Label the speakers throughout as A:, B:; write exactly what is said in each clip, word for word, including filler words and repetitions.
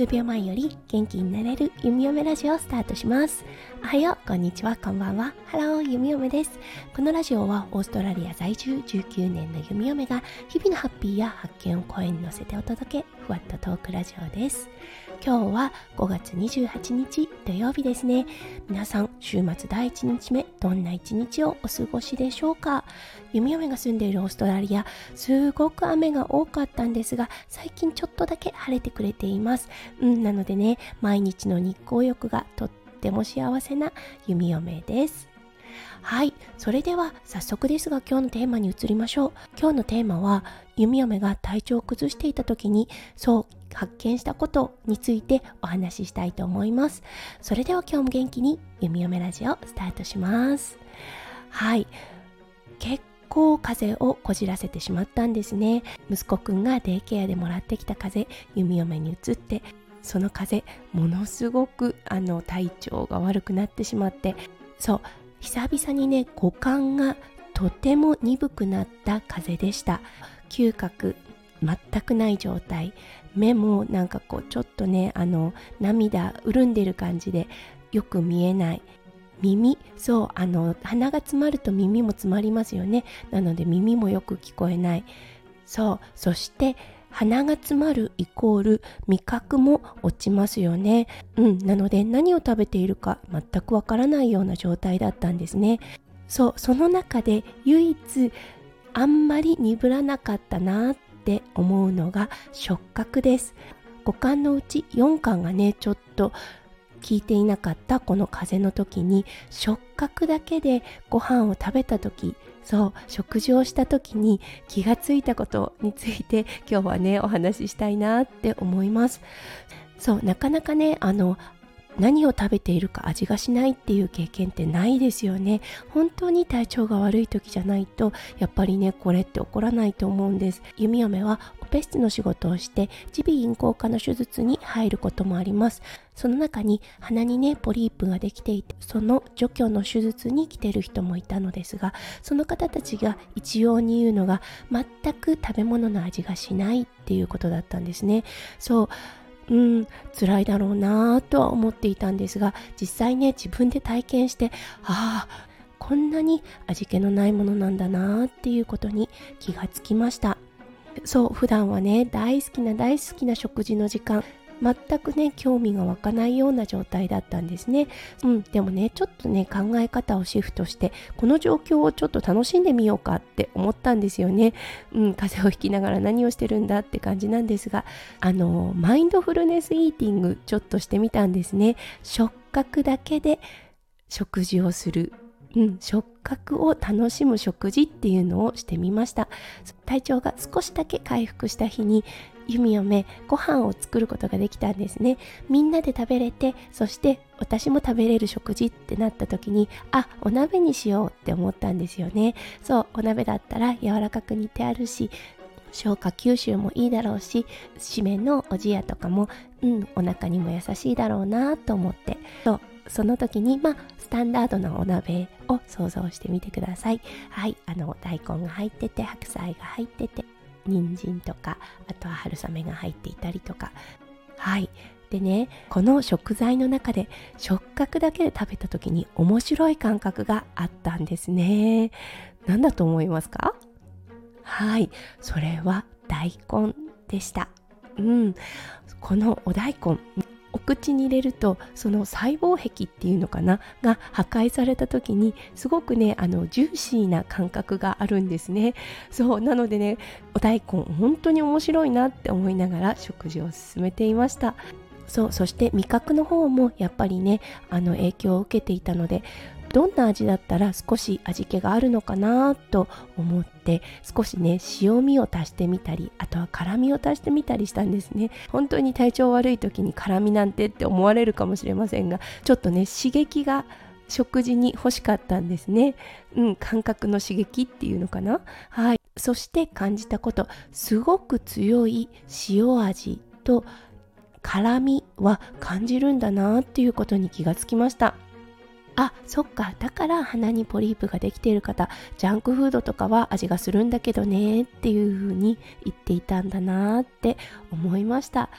A: 数秒前より元気になれる弓嫁ラジオをスタートします。おはよう、こんにちは、こんばんは。ハロー、弓嫁です。このラジオはオーストラリア在住じゅうきゅうねんの弓嫁が日々のハッピーや発見を声に乗せてお届け、ふわっとトークラジオです。今日はごがつにじゅうはちにち土曜日ですね。皆さん、週末だいいちにちめ、どんな一日をお過ごしでしょうか。弓嫁が住んでいるオーストラリア、すごく雨が多かったんですが、最近ちょっとだけ晴れてくれています。うん、なのでね、毎日の日光浴がとっても幸せな弓嫁です。はい、それでは早速ですが今日のテーマに移りましょう。今日のテーマは、弓嫁が体調を崩していた時にそう発見したことについてお話ししたいと思います。それでは今日も元気に弓嫁ラジオスタートします。はい、結構風邪をこじらせてしまったんですね。息子くんがデイケアでもらってきた風邪、弓嫁に移って、その風邪ものすごくあの体調が悪くなってしまって、そう久々にね、五感がとても鈍くなった風邪でした。嗅覚全くない状態、目もなんかこうちょっとね、あの涙潤んでる感じでよく見えない。耳、そうあの鼻が詰まると耳も詰まりますよね。なので耳もよく聞こえない。そう、そして鼻が詰まるイコール味覚も落ちますよね。うん、なので何を食べているか全くわからないような状態だったんですね。そう、その中で唯一あんまり鈍らなかったなって思うのが触覚です。五感のうちよんかんがね、ちょっと聞いていなかったこの風邪の時に、触覚だけでご飯を食べた時、そう食事をした時に気がついたことについて今日はねお話ししたいなって思います。そうなかなかね、あの何を食べているか味がしないっていう経験ってないですよね。本当に体調が悪い時じゃないとやっぱりねこれって起こらないと思うんです。弓嫁はオペ室の仕事をして耳鼻咽喉科の手術に入ることもあります。その中に鼻にねポリープができていて、その除去の手術に来ている人もいたのですが、その方たちが一様に言うのが全く食べ物の味がしないっていうことだったんですね。そううん、辛いだろうなとは思っていたんですが、実際ね自分で体験して、ああこんなに味気のないものなんだなっていうことに気がつきました。そう普段はね大好きな大好きな食事の時間、全くね興味が湧かないような状態だったんですね。うん、でもねちょっとね考え方をシフトしてこの状況をちょっと楽しんでみようかって思ったんですよね。うん、風邪をひきながら何をしてるんだって感じなんですが、あのマインドフルネスイーティングちょっとしてみたんですね。触覚だけで食事をする、うん、触覚を楽しむ食事っていうのをしてみました。体調が少しだけ回復した日に弓嫁ご飯を作ることができたんですね。みんなで食べれて、そして私も食べれる食事ってなった時に、あ、お鍋にしようって思ったんですよね。そうお鍋だったら柔らかく煮てあるし、消化吸収もいいだろうし、締めのおじやとかも、うん、お腹にも優しいだろうなと思って、そうその時にまあスタンダードなお鍋を想像してみてください。はい、あの大根が入ってて、白菜が入ってて、人参とか、あとは春雨が入っていたりとか、はいでね、この食材の中で触覚だけで食べた時に面白い感覚があったんですね。何だと思いますか？はい、それは大根でした。うん、このお大根、お口に入れるとその細胞壁っていうのかなが破壊された時にすごくねあのジューシーな感覚があるんですね。そうなのでね、お大根本当に面白いなって思いながら食事を進めていました。そうそして味覚の方もやっぱりねあの影響を受けていたので、どんな味だったら少し味気があるのかなと思って少しね塩味を足してみたり、あとは辛味を足してみたりしたんですね。本当に体調悪い時に辛味なんてって思われるかもしれませんが、ちょっとね刺激が食事に欲しかったんですね。うん、感覚の刺激っていうのかな。はい、そして感じたこと、すごく強い塩味と辛味は感じるんだなっていうことに気がつきました。あ、そっか、だから鼻にポリープができている方、ジャンクフードとかは味がするんだけどねっていう風に言っていたんだなって思いました。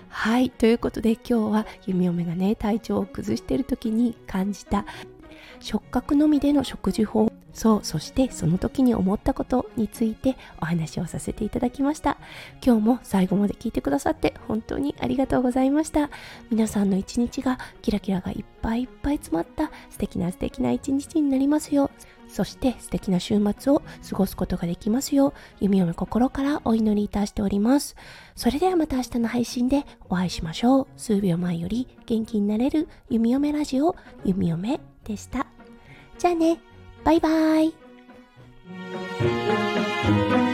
A: はい、ということで今日は弓嫁がね体調を崩している時に感じた触覚のみでの食事法、そうそしてその時に思ったことについてお話をさせていただきました。今日も最後まで聞いてくださって本当にありがとうございました。皆さんの一日がキラキラがいっぱいいっぱい詰まった素敵な素敵な一日になりますよう、そして素敵な週末を過ごすことができますよう、弓嫁心からお祈りいたしております。それではまた明日の配信でお会いしましょう。数秒前より元気になれる弓嫁ラジオ、弓嫁でした。じゃあね、バイバイ。